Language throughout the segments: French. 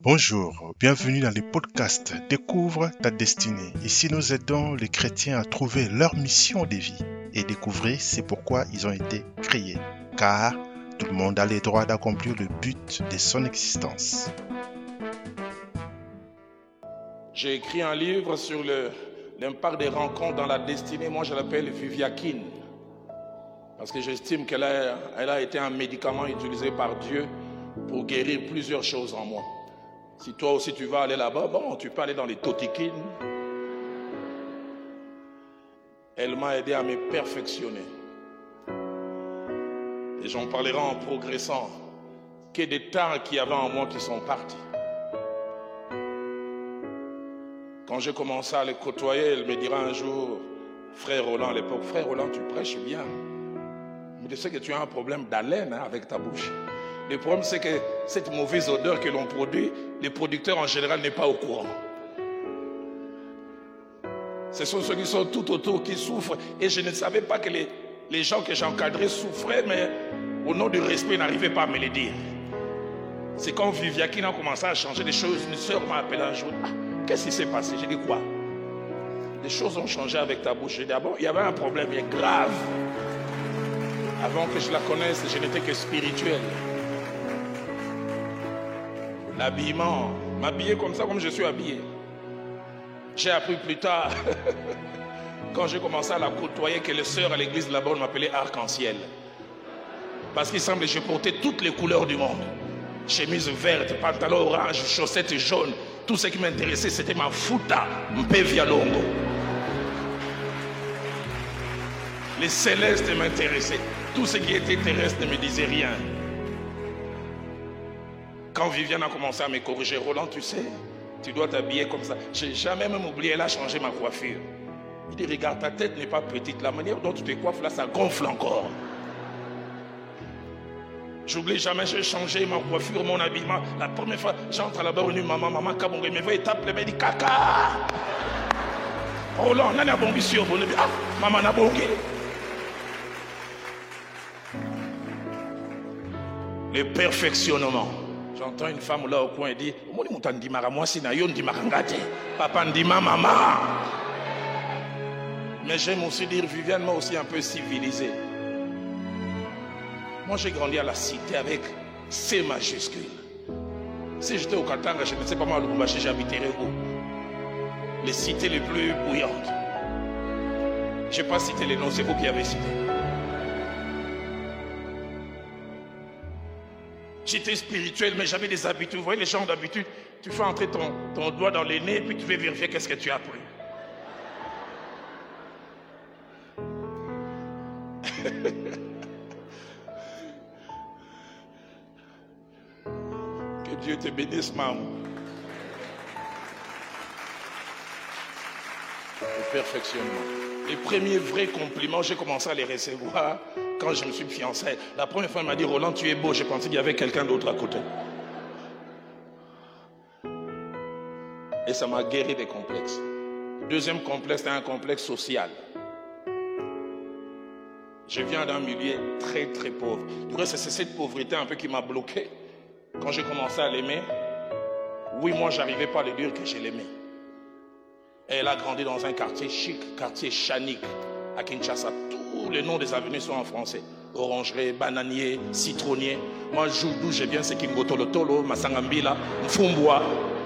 Bonjour, bienvenue dans le podcast Découvre ta destinée. Ici, nous aidons les chrétiens à trouver leur mission de vie et découvrir c'est pourquoi ils ont été créés. Car tout le monde a le droit d'accomplir le but de son existence. J'ai écrit un livre sur l'impact des rencontres dans la destinée. Moi, je l'appelle Viviakine. Parce que j'estime qu'elle a été un médicament utilisé par Dieu pour guérir plusieurs choses en moi. Si toi aussi tu vas aller là-bas, bon, tu peux aller dans les totikines. Elle m'a aidé à me perfectionner. Et j'en parlerai en progressant. Que des tares qu'il y avait en moi qui sont partis. Quand j'ai commencé à les côtoyer, elle me dira un jour, frère Roland à l'époque, frère Roland, tu prêches bien. Mais je sais que tu as un problème d'haleine avec ta bouche. Le problème, c'est que cette mauvaise odeur que l'on produit, les producteurs en général n'est pas au courant. Ce sont ceux qui sont tout autour qui souffrent. Et je ne savais pas que les gens que j'encadrais souffraient, mais au nom du respect, ils n'arrivaient pas à me le dire. C'est quand Viviakine a commencé à changer les choses. Une soeur m'a appelé un jour. Ah, qu'est-ce qui s'est passé? J'ai dit quoi? Les choses ont changé avec ta bouche. J'ai dit, ah bon, il y avait un problème grave. Avant que je la connaisse, je n'étais que spirituel. L'habillement, m'habiller comme ça, comme je suis habillé. J'ai appris plus tard, quand j'ai commencé à la côtoyer, que les sœurs à l'église là-bas m'appelaient arc-en-ciel. Parce qu'il semble que je portais toutes les couleurs du monde. Chemise verte, pantalon orange, chaussettes jaunes. Tout ce qui m'intéressait, c'était ma futa, mpe vialongo. Les célestes m'intéressaient. Tout ce qui était terrestre ne me disait rien. Quand Viviane a commencé à me corriger, Roland, tu sais, tu dois t'habiller comme ça. J'ai jamais même oublié, elle a changé ma coiffure. Il dit, regarde, ta tête n'est pas petite. La manière dont tu te coiffes là, ça gonfle encore. J'oublie jamais, j'ai changé ma coiffure, mon habillement. La première fois, j'entre là-bas, on dit, maman, Kabongé, me voit, il tape, il me dit, caca. Roland, on a bombi sur vous. Ah, maman, on a bongé. Le perfectionnement. J'entends une femme là au coin et dit, papa ndima maman. Mais j'aime aussi dire, Viviane m'a aussi un peu civilisé. Moi j'ai grandi à la cité avec C majuscule. Si j'étais au Katanga, je ne sais pas moi, le Lubumbashi, j'habiterais où? Les cités les plus bouillantes. Je n'ai pas cité les noms, c'est vous qui avez cité. J'étais spirituel, mais j'avais des habitudes. Vous voyez les gens d'habitude, tu fais entrer ton doigt dans les nez, puis tu veux vérifier qu'est-ce que tu as pris. Que Dieu te bénisse, maman. Le perfectionnement. Les premiers vrais compliments, j'ai commencé à les recevoir quand je me suis fiancé. La première fois, elle m'a dit, Roland, tu es beau. Je pensais qu'il y avait quelqu'un d'autre à côté. Et ça m'a guéri des complexes. Deuxième complexe, c'est un complexe social. Je viens d'un milieu très très pauvre. Du coup, c'est cette pauvreté un peu qui m'a bloqué. Quand j'ai commencé à l'aimer, oui, moi, j'arrivais pas à lui dire que je l'aimais. Elle a grandi dans un quartier chic, quartier chanique, à Kinshasa. Tous les noms des avenues sont en français. Orangerie, bananier, citronnier. Moi, d'où je viens, c'est Kingotolotolo, Masangambila, Mfumbwa.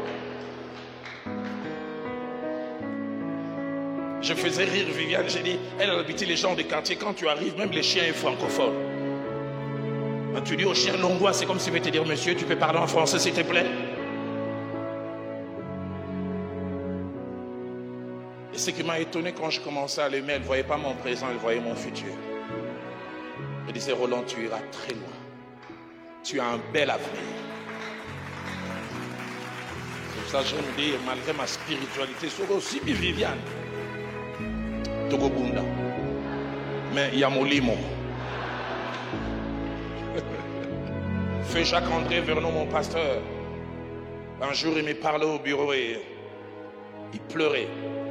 Je faisais rire Viviane, j'ai dit, elle a habité les gens des quartiers. Quand tu arrives, même les chiens sont francophones. Quand tu dis au chien Longwa, c'est comme si je vais te dire, monsieur, tu peux parler en français, s'il te plaît? Et ce qui m'a étonné quand je commençais à l'aimer, elle ne voyait pas mon présent, elle voyait mon futur. Elle disait, Roland, tu iras très loin. Tu as un bel avenir. C'est pour ça que j'aime dire, malgré ma spiritualité, c'est aussi Viviane. Togo Bunda. Mais il y a mon limon. Feu Jacques-André Vernon, mon pasteur. Un jour, il me parlait au bureau et il pleurait.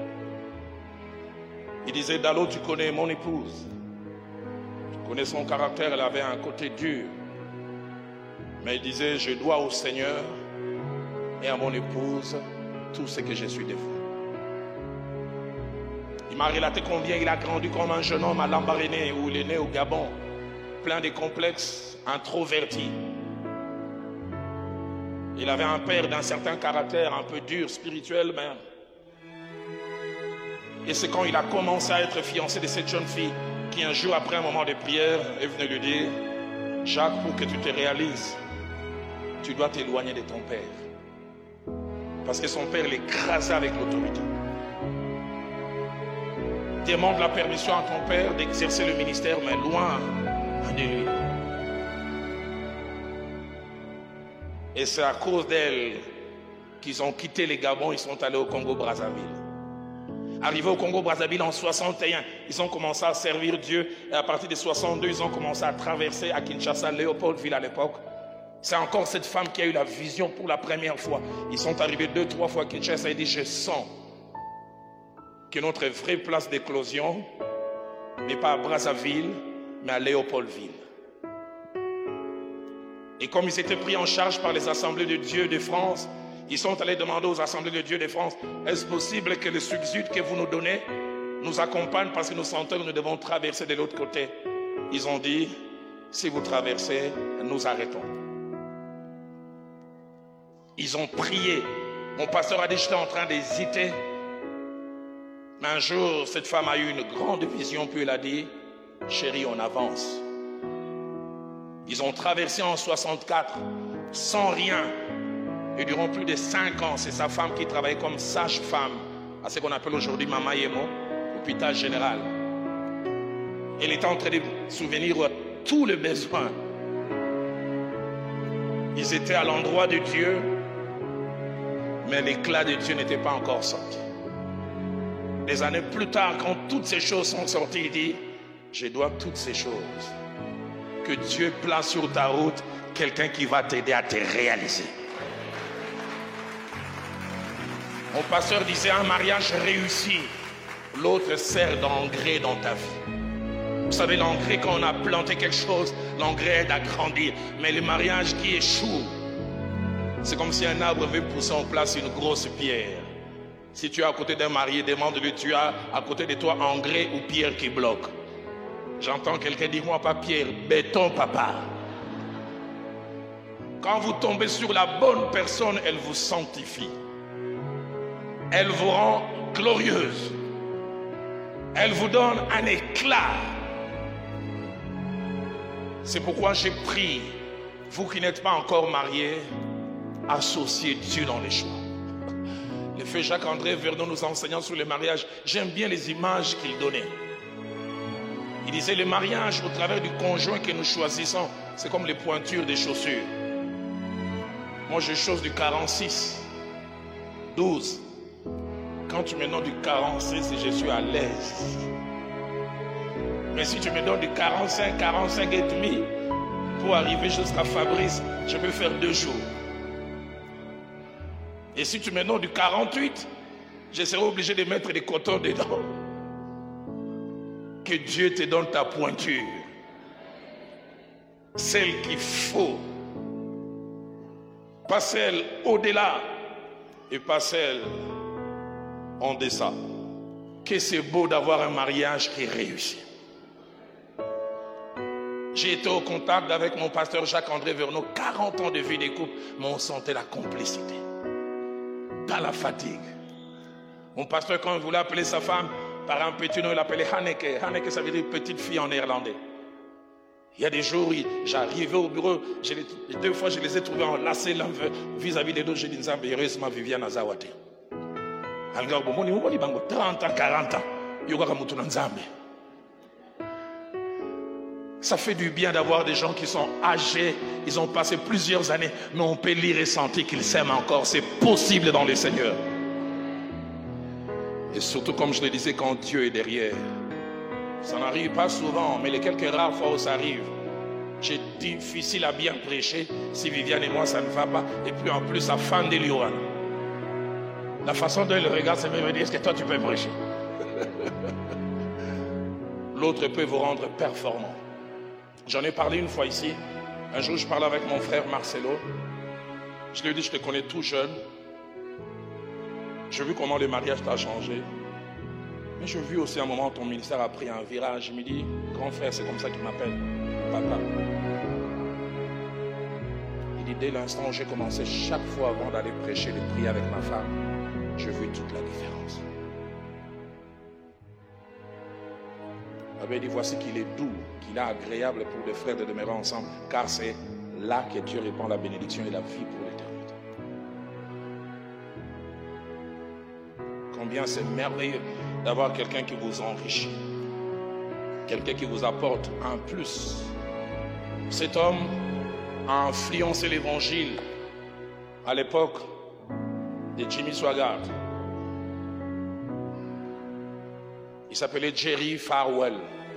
Il disait, Dalo, tu connais mon épouse. Tu connais son caractère, elle avait un côté dur. Mais il disait, je dois au Seigneur et à mon épouse tout ce que je suis devenu. Il m'a relaté combien il a grandi comme un jeune homme à Lambaréné, où il est né au Gabon, plein de complexes, introverti. Il avait un père d'un certain caractère, un peu dur, spirituel même. Et c'est quand il a commencé à être fiancé de cette jeune fille qui un jour après un moment de prière est venu lui dire: Jacques, pour que tu te réalises, tu dois t'éloigner de ton père. Parce que son père l'écrasait avec l'autorité. Demande la permission à ton père d'exercer le ministère, mais loin de lui. Et c'est à cause d'elle qu'ils ont quitté les Gabons, ils sont allés au Congo-Brazzaville. Arrivés au Congo-Brazzaville en 61, ils ont commencé à servir Dieu. Et à partir de 62, ils ont commencé à traverser à Kinshasa, Léopoldville à l'époque. C'est encore cette femme qui a eu la vision pour la première fois. Ils sont arrivés 2-3 fois à Kinshasa et dit: je sens que notre vraie place d'éclosion n'est pas à Brazzaville, mais à Léopoldville. Et comme ils étaient pris en charge par les assemblées de Dieu de France, ils sont allés demander aux assemblées de Dieu de France: est-ce possible que le subside que vous nous donnez nous accompagne, parce que nous sentons que nous devons traverser de l'autre côté? Ils ont dit: si vous traversez, nous arrêtons. Ils ont prié. Mon pasteur a dit: j'étais en train d'hésiter. Mais un jour, cette femme a eu une grande vision, puis elle a dit: chérie, on avance. Ils ont traversé en 64 sans rien. Et durant plus de 5 ans, c'est sa femme qui travaillait comme sage-femme à ce qu'on appelle aujourd'hui Mama Yemo, hôpital général. Elle était en train de souvenir tous les besoins. Ils étaient à l'endroit de Dieu, mais l'éclat de Dieu n'était pas encore sorti. Des années plus tard, quand toutes ces choses sont sorties, il dit: je dois toutes ces choses. Que Dieu place sur ta route quelqu'un qui va t'aider à te réaliser. Mon pasteur disait: un mariage réussi, l'autre sert d'engrais dans ta vie. Vous savez, l'engrais, quand on a planté quelque chose, l'engrais aide à grandir. Mais le mariage qui échoue, c'est comme si un arbre veut pousser en place une grosse pierre. Si tu es à côté d'un marié, demande-lui: tu as à côté de toi engrais ou pierre qui bloque? J'entends quelqu'un dire: moi pas pierre, béton papa. Quand vous tombez sur la bonne personne, elle vous sanctifie. Elle vous rend glorieuse. Elle vous donne un éclat. C'est pourquoi j'ai pris, vous qui n'êtes pas encore mariés, associez Dieu dans les choix. Le feu Jacques-André Vernon nous enseignant sur le mariage, j'aime bien les images qu'il donnait. Il disait: le mariage au travers du conjoint que nous choisissons, c'est comme les pointures des chaussures. Moi je chausse du 46, 12. Quand tu me donnes du 46, je suis à l'aise. Mais si tu me donnes du 45, 45 et demi, pour arriver jusqu'à Fabrice, je peux faire 2 jours. Et si tu me donnes du 48, je serai obligé de mettre des cotons dedans. Que Dieu te donne ta pointure. Celle qu'il faut. Pas celle au-delà et pas celle en deçà. Que c'est beau d'avoir un mariage qui réussit. J'ai été au contact avec mon pasteur Jacques-André Vernon, 40 ans de vie de couple, mais on sentait la complicité. Pas la fatigue. Mon pasteur, quand il voulait appeler sa femme par un petit nom, il l'appelait Hanneke. Hanneke, ça veut dire petite fille en néerlandais. Il y a des jours, j'arrivais au bureau, 2 fois je les ai trouvés enlacés l'un vis-à-vis des deux. J'ai dit: Nzambe, heureusement Viviane Azawate. 30 ans, 40 ans. Ça fait du bien d'avoir des gens qui sont âgés, ils ont passé plusieurs années, mais on peut lire et sentir qu'ils s'aiment encore. C'est possible dans le Seigneur. Et surtout, comme je le disais, quand Dieu est derrière. Ça n'arrive pas souvent, mais les quelques rares fois où ça arrive, c'est difficile à bien prêcher si Viviane et moi ça ne va pas. Et puis en plus, sa femme de Lyon. La façon dont elle regarde, c'est me dire: est-ce que toi tu peux prêcher? L'autre peut vous rendre performant. J'en ai parlé une fois ici. Un jour, je parlais avec mon frère Marcelo. Je lui ai dit: je te connais tout jeune. J'ai vu comment le mariage t'a changé. Mais j'ai vu aussi un moment ton ministère a pris un virage. Je me dis, grand frère, c'est comme ça qu'il m'appelle, papa. Il dit, dès l'instant où j'ai commencé, chaque fois avant d'aller prêcher, de prier avec ma femme, j'ai vu toute la différence. Il avait dit, voici qu'il est doux, qu'il est agréable pour les frères de demeurer ensemble, car c'est là que Dieu répand la bénédiction et la vie pour l'éternité. Combien c'est merveilleux d'avoir quelqu'un qui vous enrichit, quelqu'un qui vous apporte un plus. Cet homme a influencé l'évangile à l'époque de Jimmy Swaggart. Il s'appelait Jerry Farwell.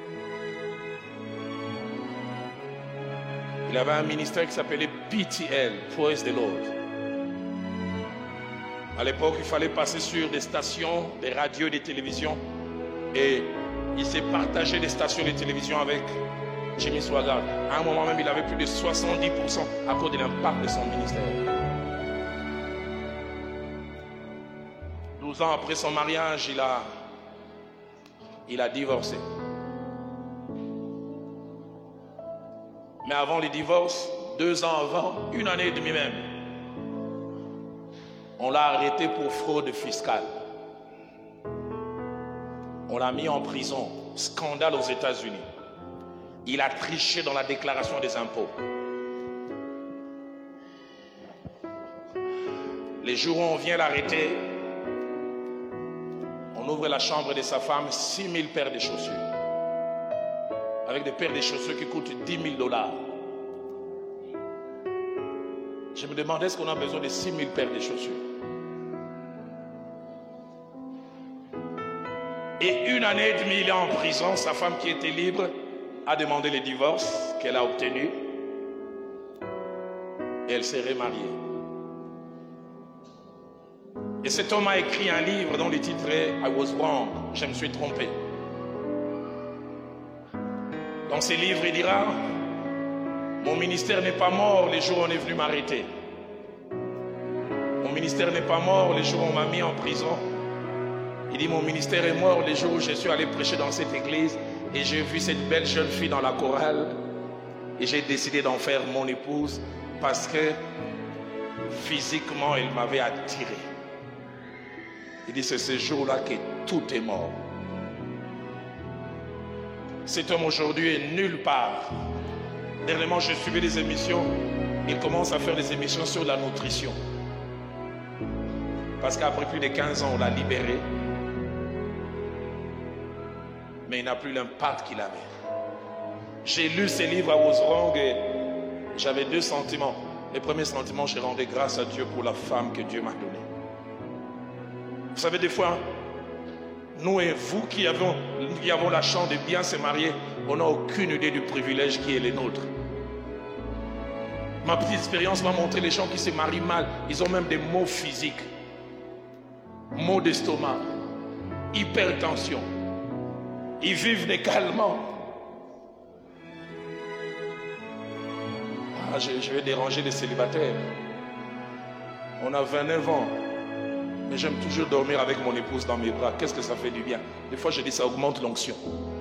Il avait un ministère qui s'appelait PTL, Praise the Lord. À l'époque, il fallait passer sur des stations, des radios et des télévisions. Et il s'est partagé des stations de télévision avec Jimmy Swaggart. À un moment même, il avait plus de 70% à cause de l'impact de son ministère. 12 ans après son mariage, il a divorcé. Mais avant le divorce, 2 ans avant, 1 année et demie même, on l'a arrêté pour fraude fiscale. On l'a mis en prison. Scandale aux États-Unis. Il a triché dans la déclaration des impôts. Les jours où on vient l'arrêter, on ouvre la chambre de sa femme, 6 000 paires de chaussures. Avec des paires de chaussures qui coûtent $10 000. Je me demandais est-ce qu'on a besoin de 6 000 paires de chaussures. Et 1 année et demie, il est en prison. Sa femme qui était libre a demandé le divorce qu'elle a obtenu. Et elle s'est remariée. Et cet homme a écrit un livre dont le titre est I Was Wrong, je me suis trompé. Dans ce livre, il dira, mon ministère n'est pas mort les jours où on est venu m'arrêter. Mon ministère n'est pas mort les jours où on m'a mis en prison. Il dit, mon ministère est mort les jours où je suis allé prêcher dans cette église et j'ai vu cette belle jeune fille dans la chorale et j'ai décidé d'en faire mon épouse parce que physiquement, elle m'avait attiré. Il dit, c'est ce jour-là que tout est mort. Cet homme aujourd'hui est nulle part. Dernièrement, j'ai suivi des émissions. Il commence à faire des émissions sur la nutrition. Parce qu'après plus de 15 ans, on l'a libéré. Mais il n'a plus l'impact qu'il avait. J'ai lu ces livres à Was Wrong et j'avais 2 sentiments. Le premier sentiment, j'ai rendu grâce à Dieu pour la femme que Dieu m'a donnée. Vous savez, des fois, nous et vous qui avons la chance de bien se marier, on n'a aucune idée du privilège qui est le nôtre. Ma petite expérience m'a montré les gens qui se marient mal, ils ont même des maux physiques, maux d'estomac, hypertension. Ils vivent négalement. Ah, je vais déranger les célibataires. On a 29 ans. Mais j'aime toujours dormir avec mon épouse dans mes bras. Qu'est-ce que ça fait du bien? Des fois, je dis ça augmente l'onction.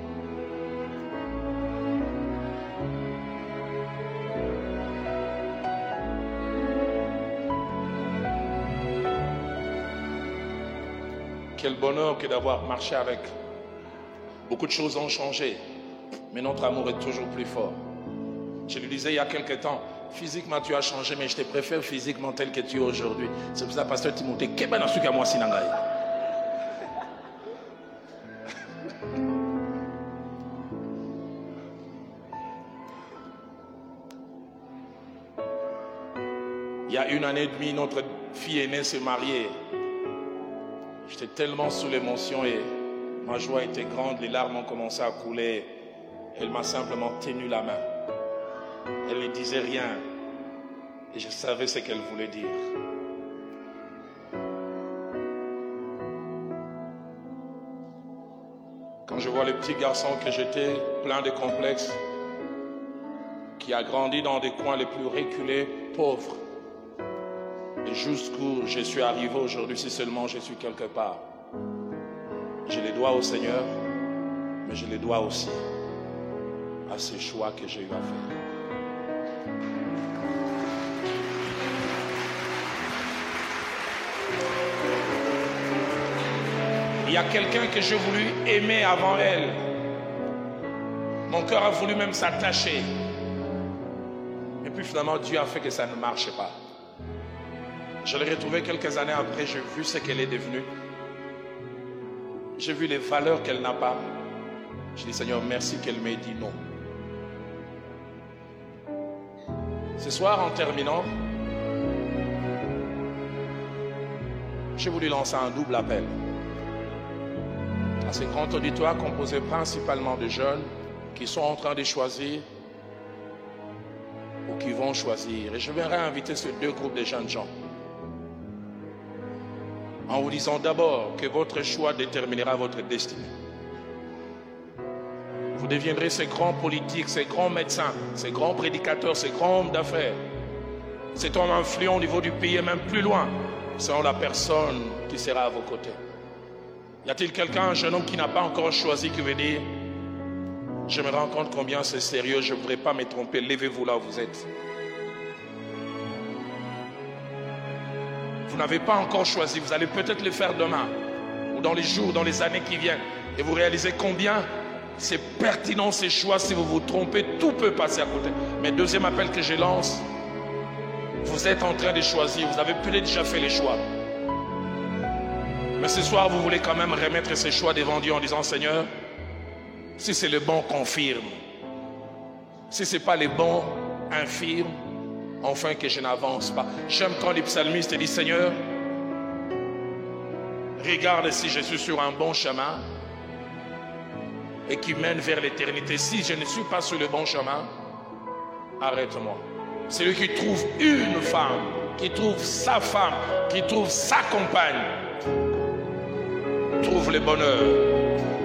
Quel bonheur que d'avoir marché avec. Beaucoup de choses ont changé, mais notre amour est toujours plus fort. Je lui disais il y a quelque temps, physiquement tu as changé, mais je te préfère physiquement tel que tu es aujourd'hui. C'est pour ça, pasteur Timothée, Keba Nasuka moi Sinangai. Il y a 1 année et demie, notre fille aînée s'est mariée. J'étais tellement sous l'émotion et ma joie était grande, les larmes ont commencé à couler. Elle m'a simplement tenu la main. Elle ne disait rien et je savais ce qu'elle voulait dire. Quand je vois le petit garçon que j'étais, plein de complexes, qui a grandi dans des coins les plus reculés, pauvres, et jusqu'où je suis arrivé aujourd'hui, si seulement je suis quelque part. Je les dois au Seigneur, mais je les dois aussi à ces choix que j'ai eu à faire. Il y a quelqu'un que j'ai voulu aimer avant elle. Mon cœur a voulu même s'attacher. Et puis finalement, Dieu a fait que ça ne marche pas. Je l'ai retrouvée quelques années après, j'ai vu ce qu'elle est devenue. J'ai vu les valeurs qu'elle n'a pas. Je dis, Seigneur, merci qu'elle m'ait dit non. Ce soir, en terminant, j'ai voulu lancer un double appel à ce grand auditoire composé principalement de jeunes qui sont en train de choisir ou qui vont choisir. Et je viendrai inviter ces deux groupes de jeunes gens en vous disant d'abord que votre choix déterminera votre destinée. Vous deviendrez ces grands politiques, ces grands médecins, ces grands prédicateurs, ces grands hommes d'affaires, cet homme influent au niveau du pays et même plus loin, selon la personne qui sera à vos côtés. Y a-t-il quelqu'un, un jeune homme qui n'a pas encore choisi, qui veut dire « Je me rends compte combien c'est sérieux, je ne voudrais pas me tromper, levez-vous là où vous êtes. » Vous n'avez pas encore choisi, vous allez peut-être le faire demain, ou dans les jours, dans les années qui viennent, et vous réalisez combien c'est pertinent ces choix. Si vous vous trompez, tout peut passer à côté. Mais deuxième appel que je lance, vous êtes en train de choisir, vous avez peut-être déjà fait les choix. Mais ce soir, vous voulez quand même remettre ces choix devant Dieu en disant, Seigneur, si c'est le bon, confirme. Si ce n'est pas le bon, infirme, enfin que je n'avance pas. J'aime quand les psalmistes disent, Seigneur, regarde si je suis sur un bon chemin et qui mène vers l'éternité. Si je ne suis pas sur le bon chemin, arrête-moi. Celui qui trouve une femme, qui trouve sa femme, qui trouve sa compagne, trouve le bonheur.